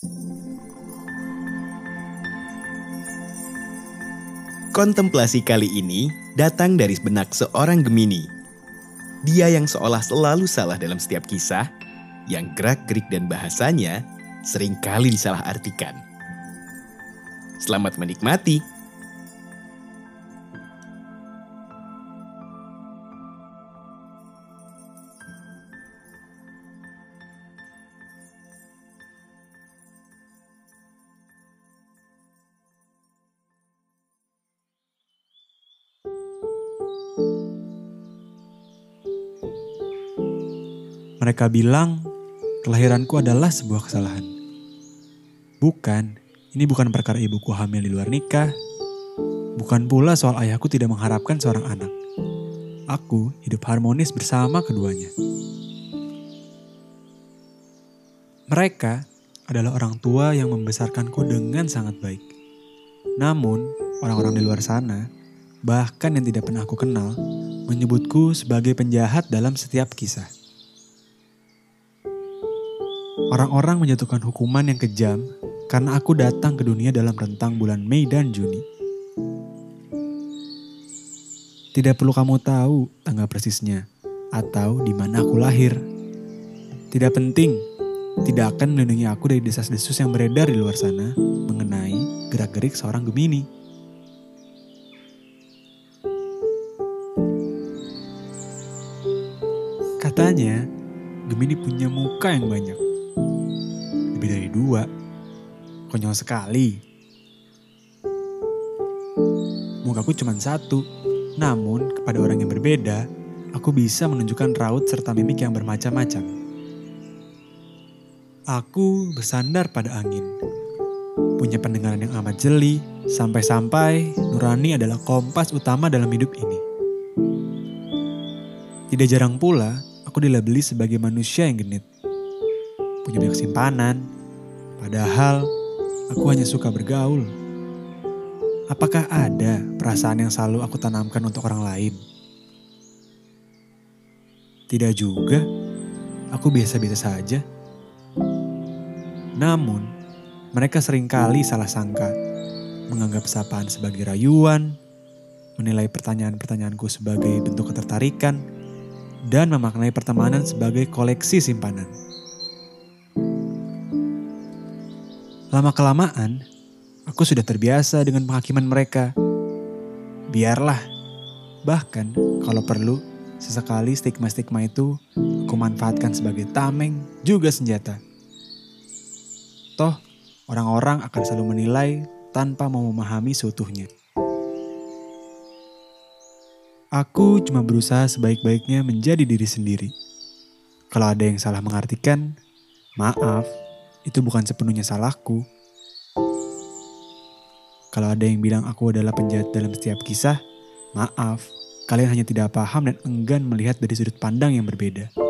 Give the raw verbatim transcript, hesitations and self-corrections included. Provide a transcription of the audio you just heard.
Kontemplasi kali ini datang dari benak seorang Gemini. Dia yang seolah selalu salah dalam setiap kisah, yang gerak-gerik dan bahasanya seringkali disalahartikan. Selamat menikmati. Mereka bilang kelahiranku adalah sebuah kesalahan. Bukan, ini bukan perkara ibuku hamil di luar nikah. Bukan pula soal ayahku tidak mengharapkan seorang anak. Aku hidup harmonis bersama keduanya. Mereka adalah orang tua yang membesarkanku dengan sangat baik. Namun, orang-orang di luar sana, bahkan yang tidak pernah aku kenal, menyebutku sebagai penjahat dalam setiap kisah. Orang-orang menjatuhkan hukuman yang kejam karena aku datang ke dunia dalam rentang bulan Mei dan Juni. Tidak perlu kamu tahu tanggal persisnya atau di mana aku lahir. Tidak penting, tidak akan melindungi aku dari desas-desus yang beredar di luar sana mengenai gerak-gerik seorang Gemini. Katanya, Gemini punya muka yang banyak. Lebih dari dua. Konyol sekali. Mukaku cuma satu. Namun, kepada orang yang berbeda, aku bisa menunjukkan raut serta mimik yang bermacam-macam. Aku bersandar pada angin. Punya pendengaran yang amat jeli, sampai-sampai nurani adalah kompas utama dalam hidup ini. Tidak jarang pula, aku dilabeli sebagai manusia yang genit. Punya banyak simpanan, padahal aku hanya suka bergaul. Apakah ada perasaan yang selalu aku tanamkan untuk orang lain? Tidak juga, aku biasa-biasa saja. Namun, mereka seringkali salah sangka, menganggap sapaan sebagai rayuan, menilai pertanyaan-pertanyaanku sebagai bentuk ketertarikan, dan memaknai pertemanan sebagai koleksi simpanan. Lama-kelamaan, aku sudah terbiasa dengan penghakiman mereka. Biarlah, bahkan kalau perlu, sesekali stigma-stigma itu aku manfaatkan sebagai tameng juga senjata. Toh, orang-orang akan selalu menilai tanpa mau memahami seutuhnya. Aku cuma berusaha sebaik-baiknya menjadi diri sendiri. Kalau ada yang salah mengartikan, maaf. Itu bukan sepenuhnya salahku. Kalau ada yang bilang aku adalah penjahat dalam setiap kisah, maaf, kalian hanya tidak paham dan enggan melihat dari sudut pandang yang berbeda.